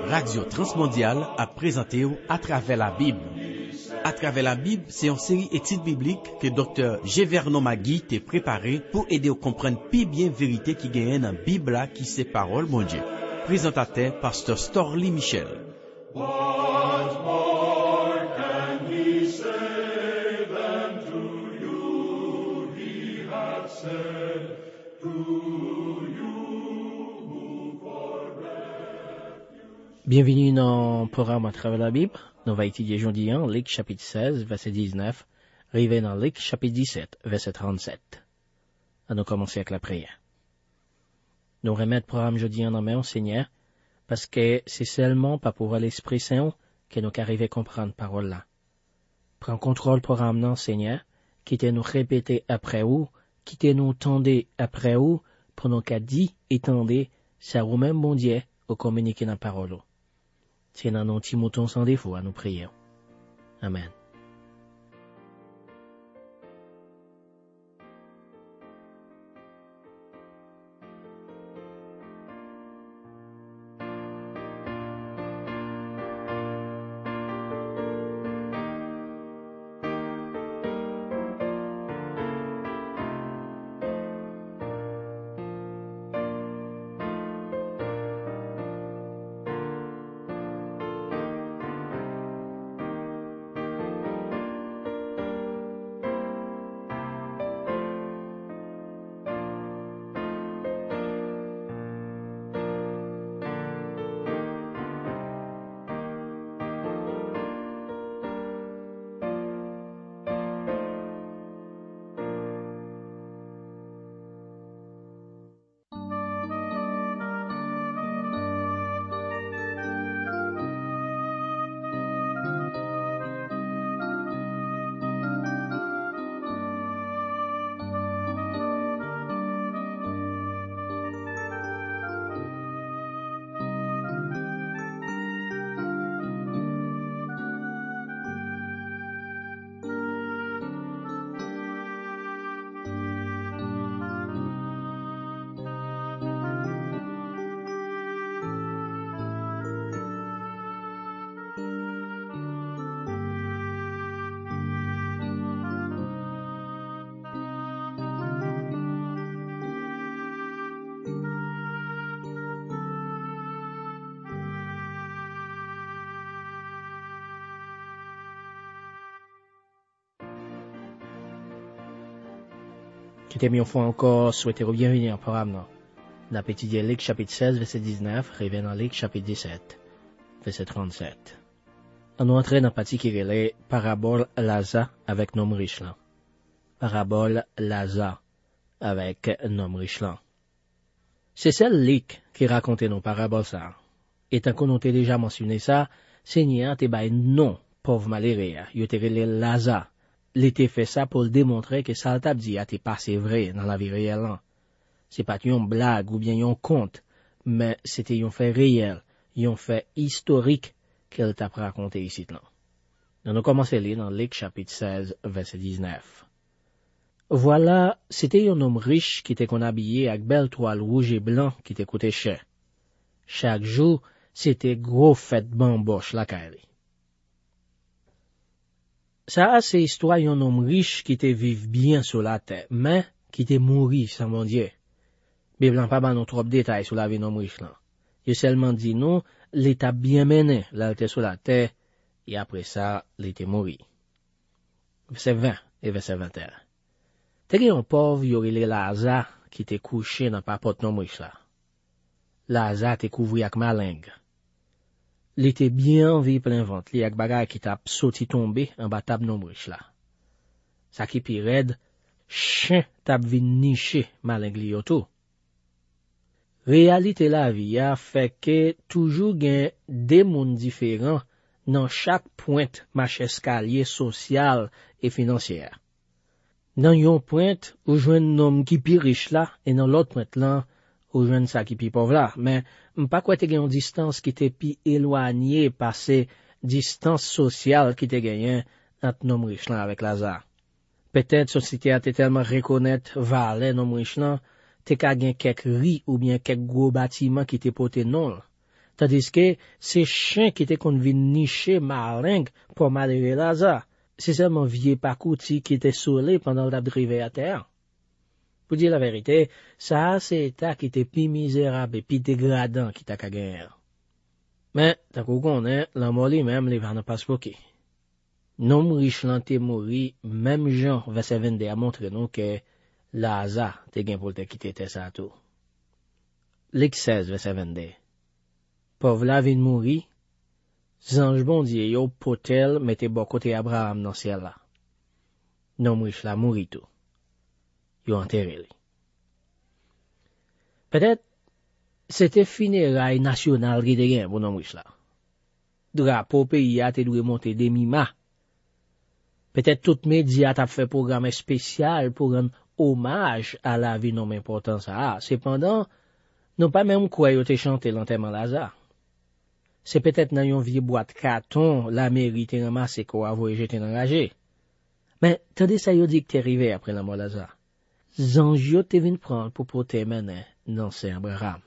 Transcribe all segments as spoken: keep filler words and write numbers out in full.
Radio Transmondiale a présenté à travers la Bible. À travers la Bible, c'est une série études bibliques que docteur Gévernon Magui t'a préparé pour aider à comprendre plus bien vérité qui gagne dans la Bible qui c'est parole mon Dieu. Présentateur pasteur Storly Michel. What more can he say than to you he hath said to you who for Bienvenue dans le programme à travers la Bible. Nous allons étudier aujourd'hui Luc chapitre seize, verset dix-neuf, arrivé dans Luc chapitre dix-sept, verset trente-sept. À nous commencer avec la prière. Nous remettons le programme aujourd'hui en main au Seigneur, parce que c'est seulement par pouvoir l'Esprit Saint que nous arrivons à comprendre la parole là. Prends contrôle du programme non, Seigneur, quittez nous répéter après vous, quittez nous tendre après vous, pour nous qu'à dit et tendez, ça vous même bon Dieu, au communiquer dans la parole. C'est dans nos petits moutons sans défaut à nous prier. Amen. Quittez une fois encore, souhaitez bienvenue en programme, non? N'a étudié Luc chapitre seize, verset dix-neuf, arrivé dans Luc chapitre dix-sept, verset trente-sept. On entre dans la partie qui relève parabole Lazare avec nom riche là. Parabole Lazare avec nom riche là. C'est celle Luc qui raconte nos paraboles ça. Et tant qu'on a déjà mentionné ça, Seigneur te bail non, pauvre malheureux, il te relève Lazare. L'été fait ça pour le démontrer que ça t'a dit a t'es passé vrai dans la vie réelle. C'est pas une blague ou bien un conte, mais c'était un fait réel, un fait historique qu'elle t'a raconté ici là. Nous allons commencer à lire dans Luc chapitre seize, verset dix-neuf. Voilà, c'était un homme riche qui était qu'on habillé avec belle toile rouge et blanc qui était coûté cher. Chaque jour, c'était gros fête bamboche la caille. Ça, c'est l'histoire d'un homme riche qui te vive bien sur la terre, mais qui te mourit sans mon Dieu. Bible n'a pas ban trop de détails sur la vie d'un homme riche là. Il seulement dit non, l'état bien mené, là, était sur la terre, et après ça, il était mort. Verset vingt et verset vingt et un. T'es un pauvre, il y aurait les Lazare qui t'est couché dans la porte d'un homme riche là. Lazare t'est couvert avec malingue. Il était bien vu plein ventre, li ak bagay qui t'a sauté tombé en bas table non riche là. Ça qui pi raide, chien t'a vin nicher malingue li yoto. Réalité la vie a fait que toujours gen des mondes différents dans chaque pointe marche escalier social et financier. Dans yon pointe, ou jwenn nom qui pi riche là, et dans l'autre pointe là, ou jwenn sa qui pi pauvre là, mais m'pas quoi te gen yon distance qui te pi éloigné par ces distance sociale qui te gen entre nom riche là avec Lazare. Peut-être société a te tellement reconnaître valet nom riche là, te ka gen quelques riz ou bien quelques gros bâtiments qui te pote non. Tandis que c'est chien qui était qu'on vient nicher malingue pour malheureux Lazare. C'est seulement vieux Pacouti qui était saoulé pendant la drive à terre. Pour dire la vérité, ça c'est état qui était plus misérable et plus dégradant qui t'a qu'à gagner. Mais, t'as qu'on connaît, la mort lui-même, les va pas se poquer. Non riche l'anté mouri, même Jean, verset vingt-deux, a montré nous que Lazare te gain pour te quitter tes ça tout. Luc seize, verset vingt-deux. Pauvre la vin mouri, zange bon Dieu yo potel mette bon côté Abraham dans ciel là. Non riche la mouri tout. Yo enterré li. Peut-être c'était funérailles nationales qui te gain pour non riche là. Drapeau pays a te dû monter demi-mât. Peut-être tout média t'a fait programme spécial pour rendre hommage à la vie non importante ça. Cependant, non pas même quoi yo te chanté l'enterrement Lazare. C'est peut-être dans yon vieux boîte carton la mairie te ramassé quoi avoye jeter dans ragé. Mais tandis ça yo dit que t'es arrivé après la mort Lazare. Zange yo te vinn prendre pour porter mener dans Saint Abraham.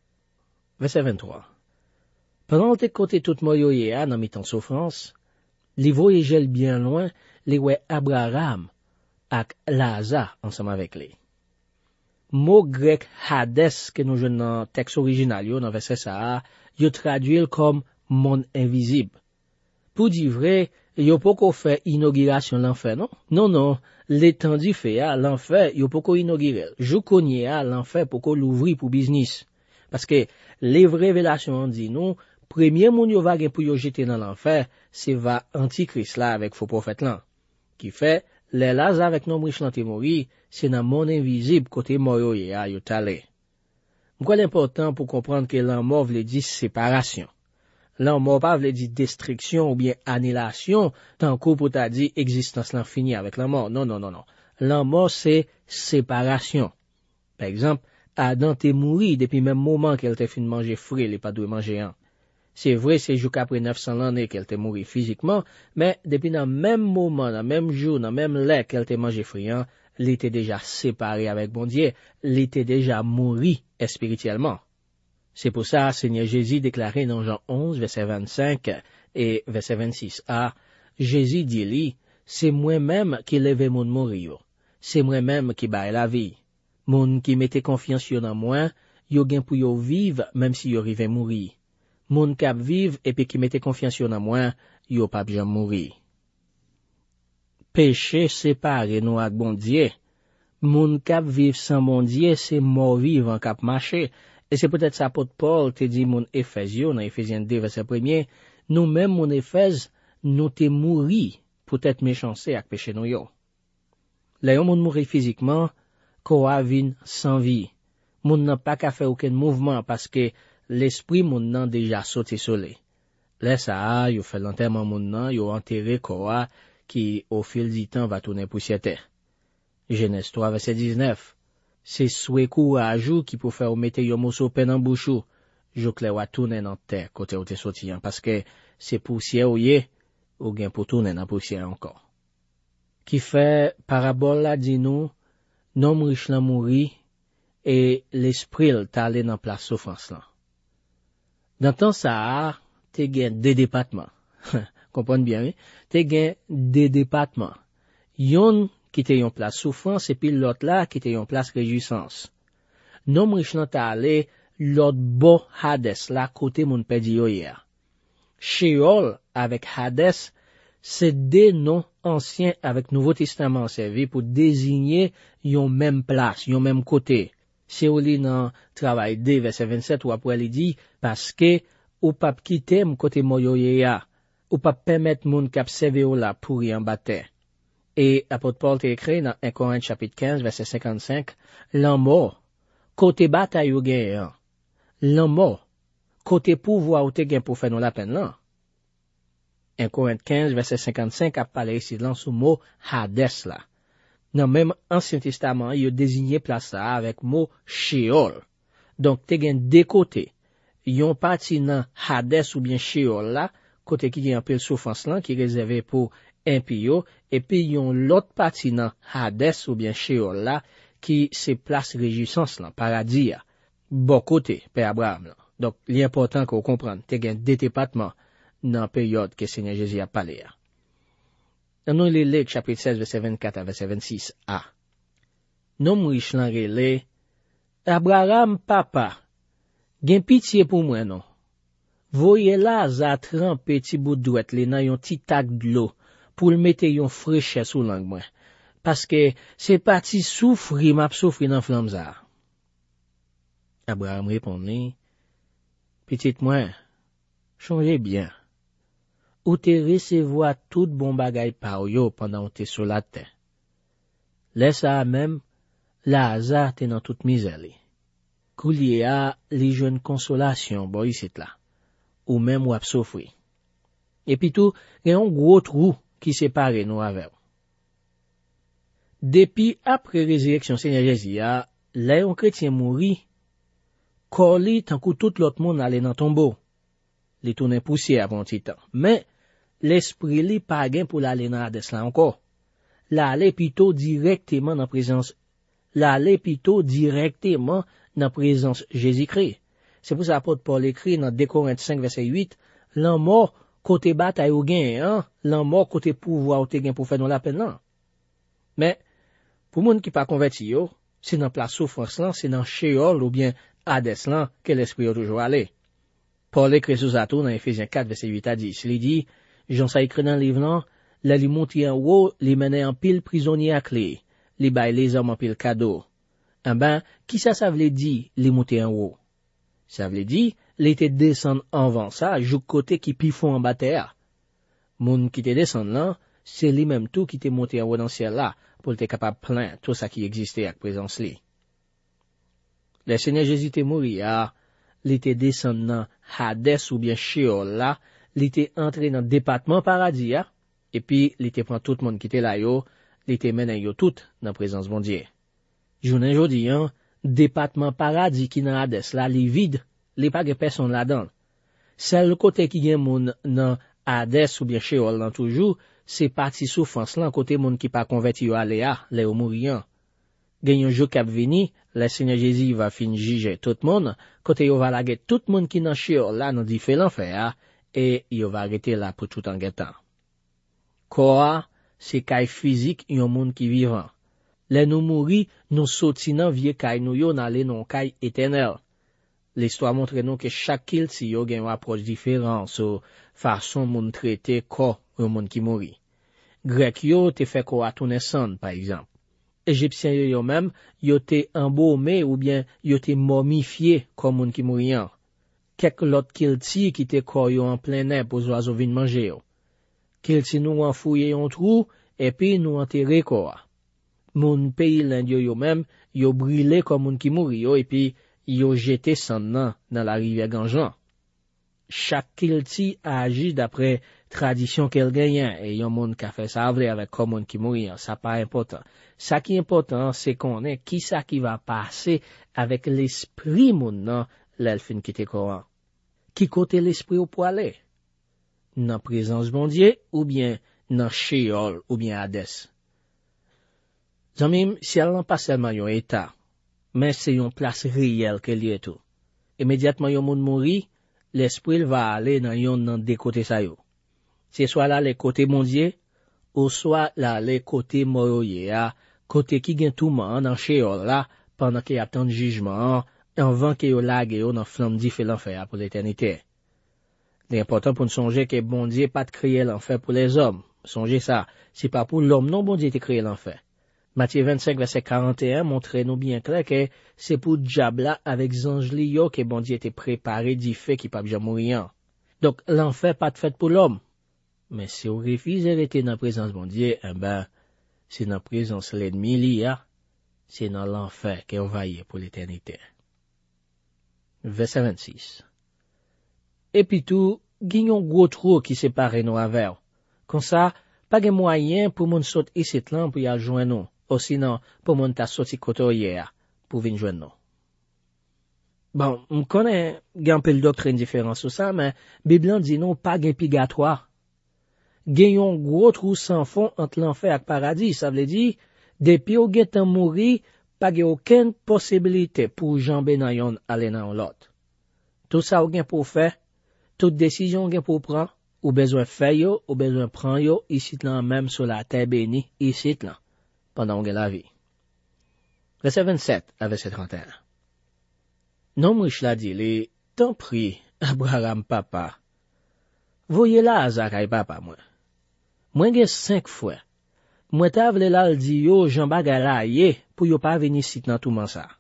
Verset vingt-trois. Pendant te côté tout moyo yé a dans mi-temps souffrance, li voyagel bien loin, li wè Abraham ak Lazare ensemble avec lui. Mot grec Hades que nous jouons dans texte original yo dans verset ça, yo traduit comme monde invisible. Pour dire vrai, yo poko fait inauguration l'enfer non? Non non, l'étendue fait à l'enfer, yo poko inaugurer. Jou konye à l'enfer poko l'ouvrir pour business. Parce que les révélations dit nous, premier moun yo va gen pour yo jeter dans l'enfer, c'est va antichrist là avec faux prophète là. Qui fait les Lazare avec nom riche lan te mori, c'est dans monde invisible côté mort yo a yo talé. M'kwa l'important pour comprendre que l'an mort veut dire séparation. L'an mort pas veut dire destruction ou bien annihilation, tant qu'on pour t'a dit existence l'an fini avec la mort. Non, non, non, non. L'an mort c'est séparation. Par exemple, Adam t'est mouri depuis même moment qu'elle t'a fin manger frais, il pas dû manger un. C'est vrai, c'est jusqu'à après neuf cents années qu'elle t'est mouri physiquement, mais depuis dans même moment, dans même jour, dans même lait qu'elle t'a mangé friand, il était déjà séparé avec bon Dieu, il était déjà mouri spirituellement. C'est pour ça, Seigneur Jésus déclaré dans Jean onze, verset vingt-cinq et verset vingt-six a, Jésus dit lui, c'est moi-même qui lève mon mourir, c'est moi-même qui baille la vie. Moun qui mette confiance dans moi, yo gen pou yo vivre même si yo rive mourir. Moun k'ap vive et puis qui mette confiance dans moi, yo pa bien mourir. Péché séparé nous ak bon Dieu. Moun k'ap vive sans bon Dieu, c'est mort vivant k'ap marcher. Et c'est peut-être ça apôtre Paul te dit moun Éphésiens dans Éphésiens deux verset premier, nous même moun Éphèse, nous te mouri pour être méchancé ak péché nou yo. Là yon moun mouri physiquement, Koa vin sans vie. Moun n'a pas qu'à faire aucun mouvement parce que l'esprit moun nan déjà sauté solé. Là ça, yo fait l'enterrement moun nan, yo enterré Koa qui au fil du temps va tourner poussière terre. Genèse trois verset dix-neuf. C'est souhait courageux qui peut faire mettre yo morceau pen en bouchou. Jo kle wa tourner dans terre côté où t'es sorti parce que c'est poussière ou yé ou gen pour tourner dans poussière encore. Qui fait parabole là dit nous nom riche lan mouri, et l'esprit t'a allé dans place souffrance là. Dans temps ça, te gen deux départements. Comprenez bien, oui? Te gen deux départements. Yon qui te yon place souffrance, et puis l'autre là qui te yon place réjouissance. Nom riche lan t'a allé, l'autre bo Hades là, côté moun pedi yo hier. Sheol avec Hades, c'est des noms anciens avec Nouveau Testament servi pour désigner yon même place, yon même côté. C'est au lit dans travail deux verset vingt-sept ou après il dit parce que ou pas quitter m côté moyo ya, ou pas permettre moun k'ap serve ou là pour y en battre. Et apôtre Paul t'a écrit dans un Corinthiens chapitre quinze verset cinquante-cinq, l'an mort côté bataille ou gain. L'an mort côté pouvoir ou te gain pour faire nous la peine là. un Corinthiens quinze, verset cinquante-cinq, a parlé ici dans ce mot Hades là. Dans même Ancien Testament, il a désigné place là avec mot Sheol. Donc, te gen deux côtés. Yon parti dans Hades ou bien Sheol là, côté qui a un peu souffrance là, qui est réservé pour impio, et puis yon l'autre parti dans Hades ou bien Sheol là, qui c'est place réjouissance là, paradis là. Bon côté, Père Abraham là. Donc, l'important qu'on comprenne, te gen deux départements dans la période que Seigneur Jésus a parlé. Dans nous, les Luc, chapitre seize, verset vingt-quatre à verset vingt-six a. Non riche lan rele, Abraham papa, gen pitié pour moi non. Voye la za trempe petit bout douette li nan yon ti tak d'eau pour le mettre yon fraîche sous langue moi. Parce que c'est parti souffrir m'a souffrir dans flamme za. Abraham répondit, petite moi, changez bien. Ou te recevoir tout bon bagay par yo pendant ou te sur la terre. Laisse ça même, Lazare te dans toute misère li. Koulier a li jeune consolation bon ici là. Ou même ou ap souffrir. Et puis tout, il y a un gros trou qui sépare nous avec. Depuis après résurrection Seigneur Jésus a, là un chrétien mouri, corps li tant que tout l'autre monde allait dans tombeau. Li tourne poussière avant petit temps. Mais l'esprit li pas gain pour l'aller dans Hades là encore. L'aller plutôt directement dans présence l'aller plutôt directement dans présence Jésus-Christ. C'est pour ça l'apôtre Paul écrit dans deux Corinthiens cinq verset huit, l'en mort côté bataille ou gain, hein, l'en mort côté pouvoir ou te gain pour faire dans la peine là. Mais pour moun qui pas converti yo, c'est dans place souffrance là, c'est dans Sheol ou bien Hades là que l'esprit a toujours allé. Paul écrit sous ça dans Ephésiens quatre verset huit à dix, il dit Jean ça écrit dans le livre là, la li monte en haut, li mène en pile prisonnier à clé, li bail les hommes en pile cadeau. En ben, qui ça ça veut dire li monte en haut? Ça veut dire, l'été descend en vent ça, jou côté qui pifon en bataille. Moun qui te descend là, c'est lui-même tout qui te monté en haut dans le ciel là, pour te capable plein tout ça qui existait à présence li. Le Seigneur Jésus te mouri à, l'été descend dans Hades ou bien Sheol là, l'été entré dans département paradis à, et puis l'été prend tout le monde qui était là yo, l'été mène yo tout dans présence bon Dieu. Journée jodi hein, département paradis qui dans Hades là, li vide, li pas de personne là-dedans. Seul côté qui gen moun dans Hades ou bien Sheol là toujours, c'est parti souffrance là côté moun qui pas converti yo aller à, les ou mouriant. Gen yon jour k'ap vini, le Seigneur Jésus va fin juger tout le monde, côté yo va laguer tout le monde qui dans Sheol là dans di fait l'enfer et yo va arrêter là pour tout en guettant. Quoi, c'est kay physique yon moun qui vivant. Les nous mouri, nous sorti nan vieux kay nou yo n'aller non kay éternel. L'histoire montre nous que chaque kil si yo gen une approche différente sur façon moun traiter ko yon moun qui mouri. Grec yo te fait ko a tourner son par exemple. Égyptien yo yo même yo te embaumé ou bien yo te momifié comme moun qui mouriant. Quelques l'autre kil ti qui te ko yo en plein air pour oiseaux vinn manger yo. Kil ti nous enfouyer un trou et puis nous enterrer ko. Moun pays l'Indien yo même, yo brûlé comme moun qui mouri yo, et puis yo jeté son nan dans la rivière Ganjan. Chaque kilti a agi d'après tradition qu'elle gagne, et yon moun ka fait ça avec comme moun qui mouri, ça pas important. Ça qui est important, c'est qu'on est qui ça qui va passer avec l'esprit moun nan, l'elfine qui te courant. Qui côté l'esprit au poilé? Dans présence bon Dieu, ou bien dans Sheol, ou bien Hades. Zamim, si elle n'a pas seulement yon état, mais c'est yon place réelle que li est tout. Immédiatement yon moun mouri, l'esprit va aller dans yon nan de côté sa yo. C'est soit là les côtés bon Dieu, ou soit là les côtés moroye a, côté qui gen tout man dans Sheol là, pendant qu'il attend le jugement, avant que yo lage yo dans flamme di fait l'enfer pour l'éternité. L'important pour nous songer que bon Dieu pas de créer l'enfer pour les hommes. Songez ça, c'est pas pour l'homme, non bon Dieu te créé l'enfer. Matthieu vingt-cinq, verset quarante et un, montre-nous bien clair que c'est pour diable avec zange li yo que bon Dieu était préparé d'y fait qui pas bien mourir. Donc, l'enfer pas de fait pour l'homme. Mais si on refuse d'être dans la présence bon Dieu, eh ben, c'est dans la présence l'ennemi li a, c'est dans l'enfer qu'on va y pour l'éternité. Verset vingt-six. Et puis tout, gagnon gros trou qui sépare nous avec. Comme ça, pas de moyen pour moun saute ici là pour y joindre nous. Ou sinon, pour moun ta sorti koto hier, pour venir joindre nous. Bon, on connaît, gen peu de doctrine différente sur ça, mais, Bible dit non, pas gen purgatoire. Gen yon gros trou sans fond entre l'enfer et le paradis, ça veut dire, depuis ou gen tan mouri, pas gen aucune possibilité pour jambe nan yon aller nan l'autre. Tout ça ou gen pour faire, toute décision ou gen pour prendre, ou besoin faire yo, ou besoin prendre yo, ici là même sur la terre bénie, ici là, pendant que la vie. Verset vingt-sept à verset trente et un. Non riche la dit, les, tant pris, Abraham papa, voyez là Azakay papa moi. Moi gen cinq fois. Moi ta vle la di yo Jean bagay la ye pour yo pas venir sit nan tout man ça.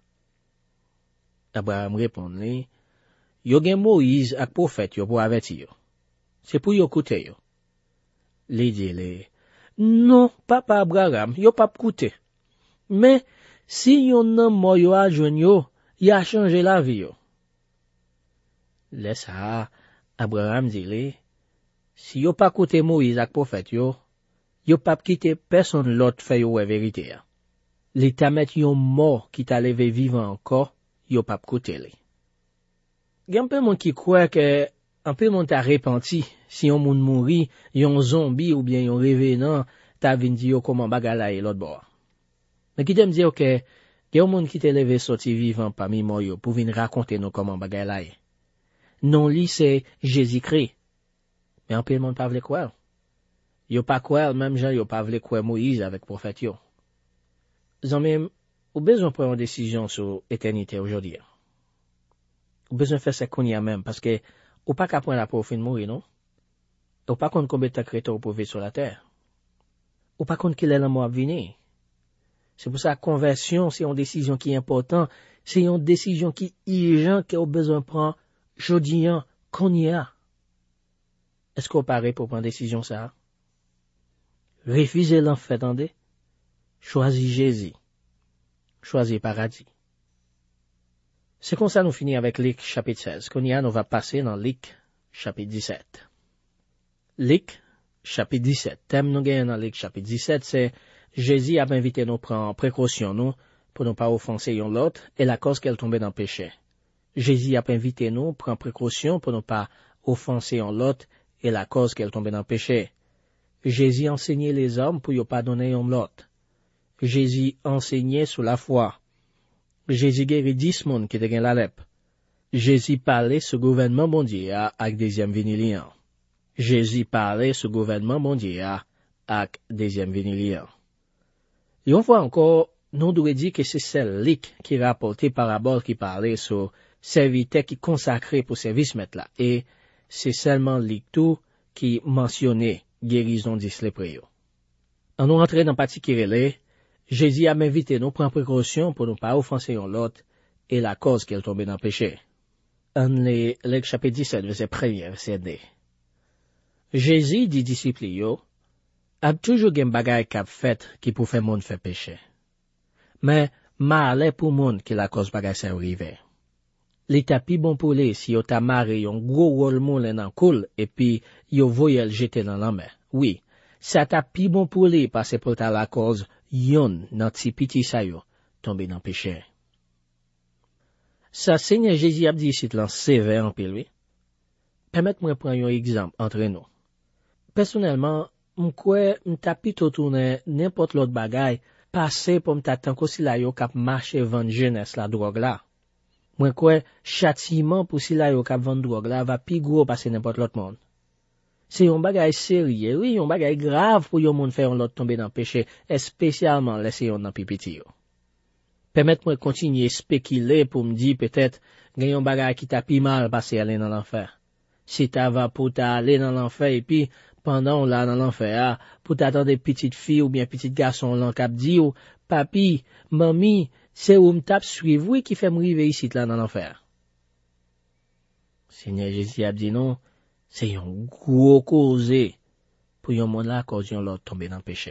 Abraham répond li, yo gen Moïse ak prophète yo pour avertir yo. C'est pour yo écouter yo. Li dit li, non, papa Abraham, yo pas écouter. Mais si yon nan mo yo a jouen yo, y a changé la vie yo. Laisse ça, Abraham dit li, si yo pas écouter Moïse ak prophète yo, yo pas quitter personne l'autre fait yo vérité. Li ta met yon mort qui t'a levé vivant encore, yo pas écouter li. Gen peu moun qui croit que un peu moun t'a repenti si yon moun mouri, yon zombie ou bien yon revenant t'a vinn di yo comment bagay l'autre bord. Mais qui t'aime dire que gen moun qui t'a levé sorti vivant parmi moi yo pour vinn raconter nous comment bagay la. Non li c'est Jésus-Christ. Mais un peu moun pas vle croire. Yo pas croire même gens yo pas vle croire Moïse avec prophète yo. Zanmim, ou besoin prendre une décision sur l'éternité aujourd'hui. Ou besoin faire ça qu'on y a même, parce que, ou pas qu'à prendre la pour fin de mourir, non? Ou pas qu'on combien de temps créateur pour vivre sur la terre. Ou pas qu'on qu'il est la mort à venir. C'est pour ça que conversion, c'est une décision qui est importante, c'est une décision qui est urgente, qu'on a besoin de prendre, aujourd'hui, qu'on y a. Est-ce qu'on paraît pour prendre décision ça? Refuser l'enfer, attendez? Choisis Jésus. Choisis paradis. C'est comme ça nous finit avec Luc chapitre seize. Qu'on y a, nous va passer dans Luc chapitre dix-sept. Luc chapitre dix-sept. Thème nous gagnons dans Luc chapitre dix-sept, c'est Jésus a invité nous prendre précaution nous pour ne pas offenser yon l'autre et la cause qu'elle tombait dans le péché. Jésus a invité nous prendre précaution pour ne pas offenser yon l'autre et la cause qu'elle tombait dans le péché. Jésus enseignait les hommes pour ne pas donner yon l'autre. Jésus enseignait sous la foi. Jésus guérit dix moun qui te gen la lèpre. Jésus parlait sur gouvernement mondial avec deuxième vinilian. Jésus parlait sur gouvernement mondial avec deuxième vinilian. Et une fois encore, nous devons dire que c'est celle Luc qui rapportait parabole qui parlait sur serviteur qui consacré pour service maître là. Et c'est seulement Luc tout qui mentionnait guérison dix lépreux. En nous rentrer dans partie qui relait, Jésus a invité nous prendre précaution pour ne pas offenser l'autre et la cause qu'elle tombait dans le péché. En le chapitre dix-sept, verset un, verset deux. Jésus dit disciples yo, a toujours gen bagay k'ap fait qui pour faire monde faire péché. Mais malheur pour monde qui la cause bagay ça arrivé. L'état pi bon pour les si yo ta maré yon gros rôle moulin dans coule et puis yo voye le jeter dans la mer. Oui, ça ta pi bon pour les parce pour ta la cause yon nan ti piti sa yo tombe dans péché. Ça Seigneur Jésus a dit ici lan sévère en pile. Permettez-moi prendre un exemple entre nous. Personnellement, m'kwe m'ta pito tourner n'importe l'autre bagay passer pour m'tatan ko si la yo k'ap marcher vendre jeunesse la drogue là. Moi quoi châtiment pour si la yo k'ap vendre drogue là va pi gros passer n'importe l'autre monde. C'est un bagay sérieux, oui, un bagay grave pour yon moun faire l'autre tomber dans péché, spécialement laisser yon dans pipiti yo. Permettez-moi de continuer spéculer pour me dire peut-être gen yon bagay qui t'a pi mal passer aller dans l'enfer. Si ta va pour ta aller dans l'enfer et puis pendant là dans l'enfer, pour t'attendre des petites filles ou bien petits garçons l'en cap dit ou papi, mami, c'est où m'tap suivre oui qui fait m'river ici là dans l'enfer. Seigneur Jésus a dit non. C'est un gros causé pour yon monde là cause yon l'autre tomber dans le péché.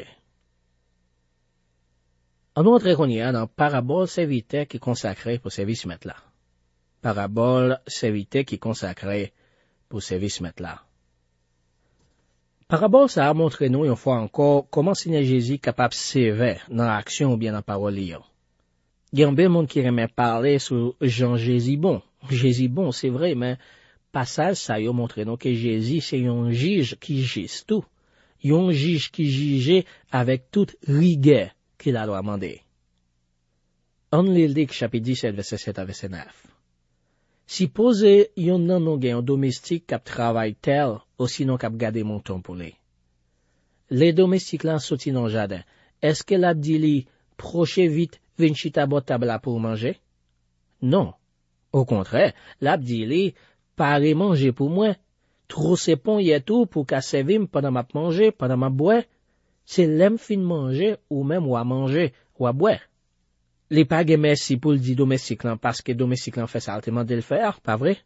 En nous entrer qu'on y a dans parabole serviteur qui consacré pour service maître là. Parabole serviteur qui consacré pour service maître là. Parabole ça a montré nous une fois encore comment Seigneur Jésus capable sévère dans l'action ou bien dans parole lion. Il y a un bel monde qui remet parler sur Jean Jésus bon. Jésus bon, c'est vrai, mais passage ça yo montre nous que Jésus c'est un juge qui juge tout. Un juge qui juge avec toute rigueur qu'il a demandé. On lit Luc chapitre dix-sept verset sept à verset neuf. Si pose yon nan nou gen yon domestique kap travay tel, ou sinon kap gade monton pou li. Les domestiques lan soti nan jardin, est-ce que la di li proche vite vin chita bot tabla pour manger? Non. Au contraire, la di li pare manger pour moi. Trop se pon yé tout pour ka sevim pendant m'a manger, pendant m'a boire. C'est l'aime fin manger ou même ou à manger ou à boire. Les pa gen merci pour le di domestique lan parce que domestique lan fait ça altement de le faire, pas vrai?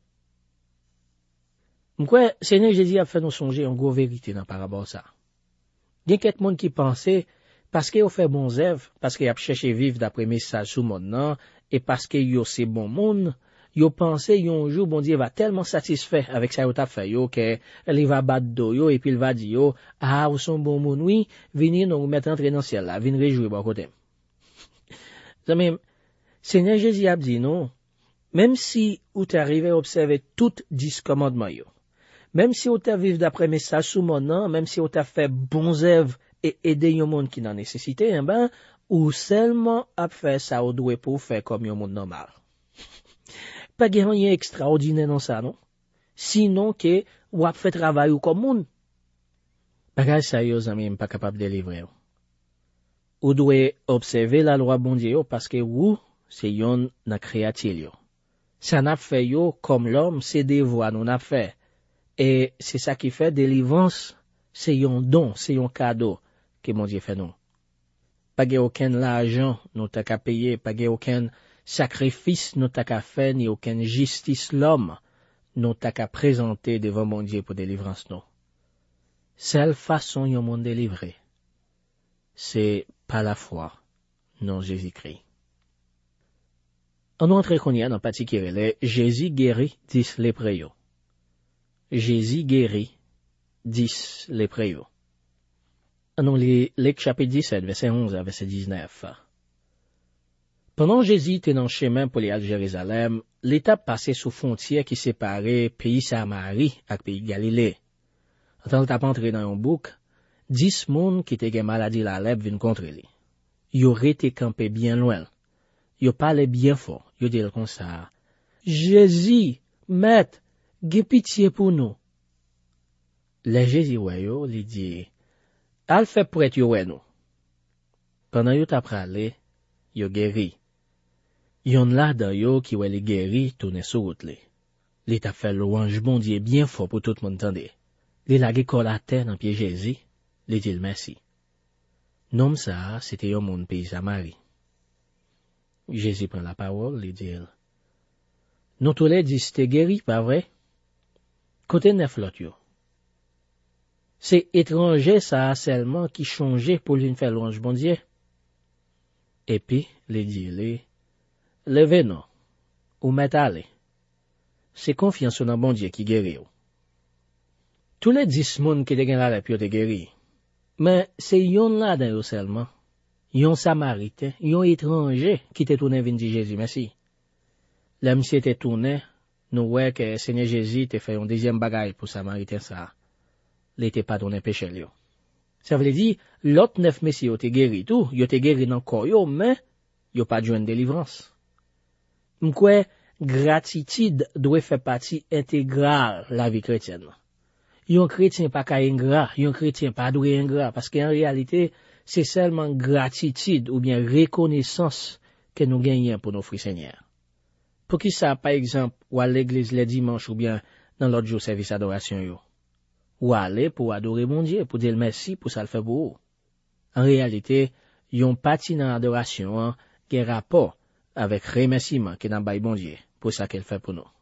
M'kwe, Seigneur Jésus a fait nous songer en gros vérité dans par rapport à ça. Gen ket moun qui pensait parce que yo fait bon zèv, parce que y a cherché vivre d'après message sous monde nan, et parce que yo c'est bon monde, yo pensé yon jour bon Dieu va tellement satisfait avec ça yo t'a fait yo que il va battre do yo et puis il va dire yo ah ou son bon monde oui, venir nous mettre entrer dans ciel là, venir réjouir bon côté. Ça même Seigneur Jésus a dit non, même si ou t'arrive à observer tout dix commandements yo, même si ou t'a vivre d'après message sous mon nom, même si ou t'a fait bon œuvre et aider yon monde qui n'en nécessité, eh ben, ou seulement a fait ça ou doit pour faire comme yon monde normal. Pas gen rien extraordinaire dans ça, non? Sinon que ou a fait travail ou comme monde. Bagay ça yo zami pas capable de livrer. Ou doit observer la loi bon Dieu parce que ou c'est yon na créatil yo. Ça n'a fait yo comme l'homme c'est des voies nous n'a fait. Et c'est ça qui fait délivrance, c'est yon don, c'est yon cadeau que mon Dieu fait nous. Pas gen aucun l'argent nous t'a qu'à payer, pas gen aucun sacrifice nous t'a qu'à faire, ni aucune justice l'homme nous t'a qu'à présenter devant mon Dieu pour délivrance nous. Seule façon yon monde délivré, c'est par la foi, non Jésus-Christ. En entrée qu'on y a dans partie qui relève, Jésus guérit dix lépreux yo. Jésus guérit dix lépreux yo. En lit Luc chapitre dix-sept, verset onze à verset dix-neuf. Pendant Jésus était dans le chemin pour aller à Jérusalem, l'étape passait sous frontière qui séparait pays Samarie avec pays Galilée. En tant que entré dans un bouc, dix moun qui étaient maladie la lèpre viennent contre lui. Ils auraient été campés bien loin. Ils parlaient bien fort. Ils disaient comme ça, Jésus, maître, gè pitié pour nous. Le Jésus ouais yo, li dit, al fait prête yo ouais nous. Pendant yo t'a pralé, yo guéri. Yon là dans yo qui ouais li guéri tourner sur route li. Li t'a fait louange bon Dieu bien fort pour tout le monde entendre. Li lagé col à terre dans pied Jésus, li dit merci. Nom ça, c'était yon moun pays Samarie. Jésus prend la parole, li dit, nous tous les dix t'es guéri, pas vrai? Côté neuf l'autre yo. C'est étranger ça seulement qui changeait pour lui faire louange bon Dieu. Et puis, les dit, levez-nous, ou mettez aller. C'est confiance dans bon Dieu qui guérit. Tous les dix moun qui te gen la la pio te guéri. Mais c'est yon là dans yo seulement. Yon samaritain, yon étranger qui te tourné vinn di Jésus merci. L'homme s'y était tourné, nous ouais que Seigneur Jésus te fait un deuxième bagage pour samaritain ça. L'été pardonné péché li yo. Ça veut dire, l'autre neuf messieurs yo te guéri tout, yo te guéri dans corps yo, mais yo pas joindre délivrance. M'kwe, gratitude doit faire partie intégrale la vie chrétienne. Yon chrétien pas ka ingrat, yon chrétien pas doué ingrat, parce qu'en réalité, c'est seulement gratitude ou bien reconnaissance que nous gagnons pour nos frères Seigneur. Pour qui ça, par exemple, ou à l'église les dimanches ou bien dans l'autre jour service d'adoration yo. Ou aller pour adorer mon Dieu, pour dire merci pour ça le fait pour vous. En réalité, yon parti dans l'adoration, hein, qui a rapport avec remerciement que n'a bail bon Dieu, pour ça qu'elle fait pour nous.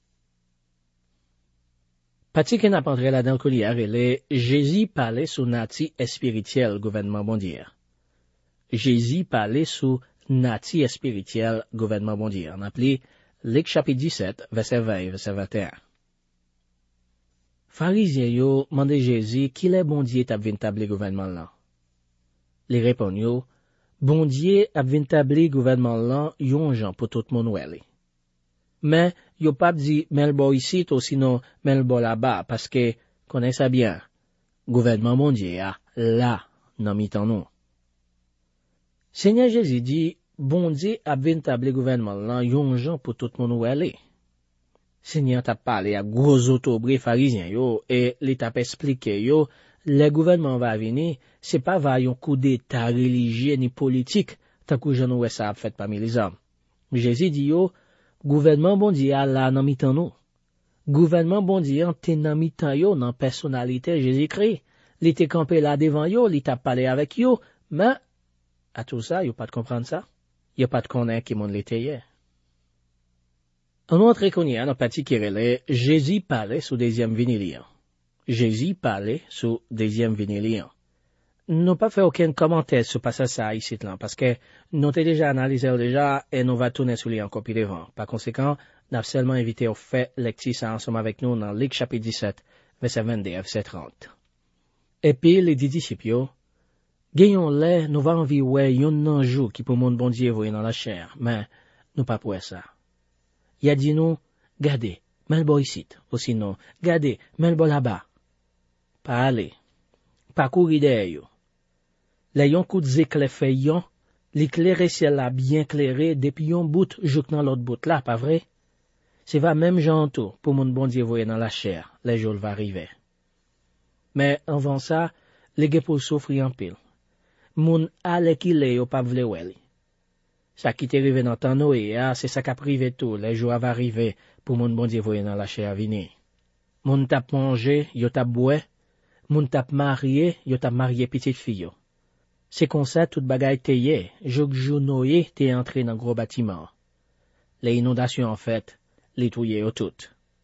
Parti qui n'a pas entré là-dedans collière, elle est, Jésus parlait sous nati spirituel gouvernement bon Dieu. Jésus parlait sous nati spirituel gouvernement bon Dieu. On appelé Luc chapitre dix-sept, verset vingt, verset vingt et un. Pharisien yo mande Jésus qui les bon Dieu t'a vinn tabli gouvernement là. Les répondent yo, bon Dieu a vinn tabli gouvernement là yon jan pour tout monde wèli. Mais yo pas dit melbo ici ou sinon melbo là-bas parce que connaît ça bien. Gouvernement bon Dieu a là nan mitan nou. Seigneur Jésus dit bon Dieu a vinn tabli gouvernement là yon jan pour tout monde wèli. Seigneur t'a parlé à gros autobré pharisiens yo, et il t'a expliqué yo, le gouvernement va venir, c'est pas va yon coup d'état religieux ni politique, tant que j'en ouè ça a fait parmi les hommes. Jésus dit yo, gouvernement bon Dieu a là nan mitan nous. Gouvernement bon Dieu te nan mitan yo nan personnalité Jésus-Christ. Li te campé là devant yo, li t'a parlé avec yo, mais à tout ça, yo pas de comprendre ça. Yo pas de connaître qui mon l'était hier. On entre connu dans partie qui relait Jésus parlait sous deuxième vinilian. Jésus parlait sous deuxième vinilian. Nous pas fait aucun commentaire sur passage ça ici là parce que nous t'ai déjà analysé déjà et nous va tourner sur lui encore plus devant. Par conséquent, nous avons seulement invité au fait lecture ça ensemble avec nous dans Luc chapitre dix-sept verset vingt-deux verset trente. Et puis les dix disciples gagnons les nous va envie ouais yon nan jour qui pour monde bon Dieu voyer dans la chair, mais nous pas pour ça. Il a dit nous, gardez, melbo ici, ou sinon, gardez, melbo là-bas. Pas aller, pas courir derrière yo. Les yon coup d'éclair fait yon, l'éclairé ciel là bien clairé, depuis yon bout, jouk dans l'autre bout là, pas vrai? C'est va même genre tout, pour mon bon Dieu voyer dans la chair, les jours va arriver. Mais avant ça, les gars pour souffrir en pile. Moun ale qui le yo pas vle weli. Ça qui t'est arrivé dans temps Noé, ah, c'est ça qui a privé tout, les jours va arriver pour mon bon Dieu voyer dans la chair à venir. Moun tap mangé, yo tap boué, moun tap marié, yo tap marié petite fille. C'est comme ça toute bagaille t'ayé, jouk jou Noé t'est entré dans gros bâtiment. Les inondations en fait, les touillé au tout.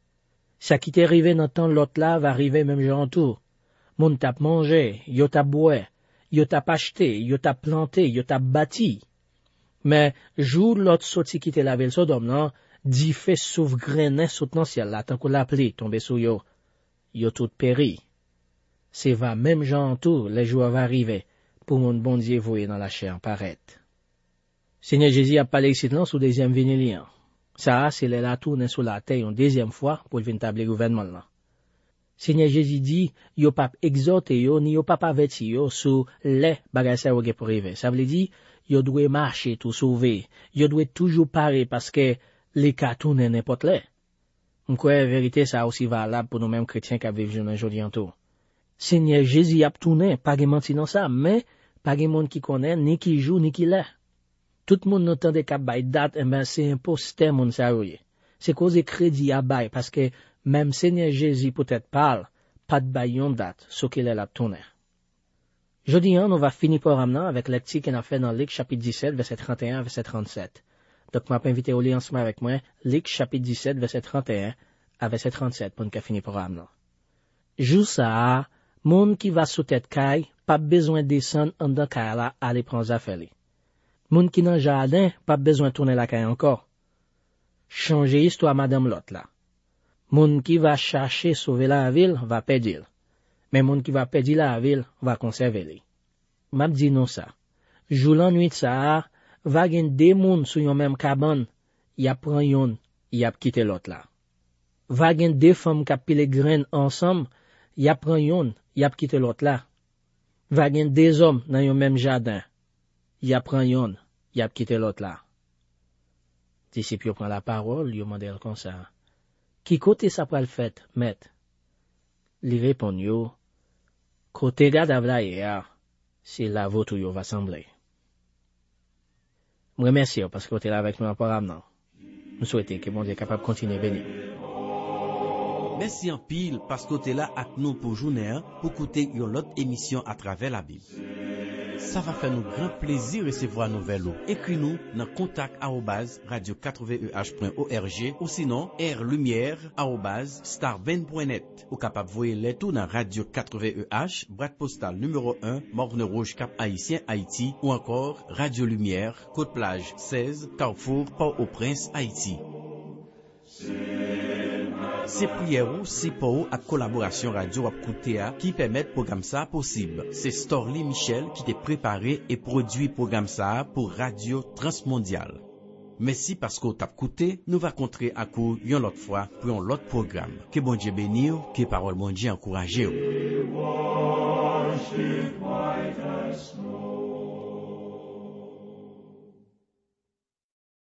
Ça qui t'est arrivé dans temps l'autre là va arriver même genre tout. Moun tap mangé, yo tap boué, yo tap acheté, yo tap planté, yo tap bâti. Mais, jour l'autre sorti qui te lavé le Sodome, non, dit fait souverain soutenant ciel là, tant qu'on l'appelait, tombé sous yo. Yo tout péri. C'est va même genre tout, les jours va arriver, pour mon bon Dieu voyer dans la chair paraître. Seigneur Jésus a parlé ici là sous deuxième vinilian. Ça, c'est les la tourner sous la terre une deuxième fois pour le véritable gouvernement là. Seigneur Jésus dit, yo pas exhorté yo, ni yo pas averti yo sous les bagages ça pour arriver. Ça veut dire, yo doit marcher tout sauver. Yo doit toujours parer parce que les cas tournent n'importe là. M'croit la vérité ça aussi valable pour nous-mêmes chrétiens qui vivent aujourd'hui en tout. Seigneur Jésus a tourné, pas de menti dans ça, mais pas de monde qui connaît, ni qui joue, ni qui l'est. Tout le monde n'entend des cas by date, et ben c'est imposteur mon ça. C'est cause de crédit à bail parce que même Seigneur Jésus peut-être parle, pas de baillon date, ce qu'il est la tourner. Jeudi, on va finir par ramener avec lecture qu'on a fait dans Luc chapitre dix-sept, verset trente et un, verset trente-sept. Donc, je vais inviter au lien ensemble avec moi, Luc chapitre dix-sept, verset trente et un, à verset trente-sept, pour nous finir par ramener. Jou ça, monde qui va sous tête caille, pas besoin de descendre en dedans caille là, aller prendre affaire. Monde qui dans jardin, pas besoin de tourner la caille encore. Changer histoire madame l'autre là. Moun qui va chercher sauver la ville va perdre. Mais moun qui va perdre la ville va conserver li. M'a dit non ça. Jou l'ennui ça, va gen deux moun sou yon même cabane, y a pran yon, y a quitté l'autre là. Va gen deux femmes qui pile graines ensemble, y a pran yon, y a quitté l'autre là. Va gen deux hommes dans yon même jardin, y a pran yon, y a quitté l'autre là. Disciple prend la parole, yo mandel comme ça. Qui côté ça pral fait, maître? Li répond yo, côté gadavla ya, c'est la vôtre yo va sembler. Je remercie parce que vous êtes là avec nous en parlant. Nous souhaitons que mon Dieu est capable de continuer à bénir. Merci en pile parce que tu es là avec nous pour journée pour écouter une autre émission à travers la Bible. Ça va faire nous grand plaisir recevoir nos vélos. Écris-nous dans contact arobase radio quatre v e h point org ou sinon airlumière arobase starben point net. Ou capable voyer les tout dans radio quatre v e h, boîte postale numéro un, Morne Rouge Cap Haïtien Haïti ou encore Radio Lumière, Côte Plage seize, Carrefour, Port-au-Prince, Haïti. C'est prière ou c'est pour à collaboration radio à côté qui permettent programme ça possible. C'est Storly Michel qui t'a préparé et produit programme ça pour Radio Transmondiale. Merci parce que t'as écouté, nous va rencontrer à coup une autre fois pour un autre programme. Que bon Dieu bénisse, que parole bon Dieu encourage.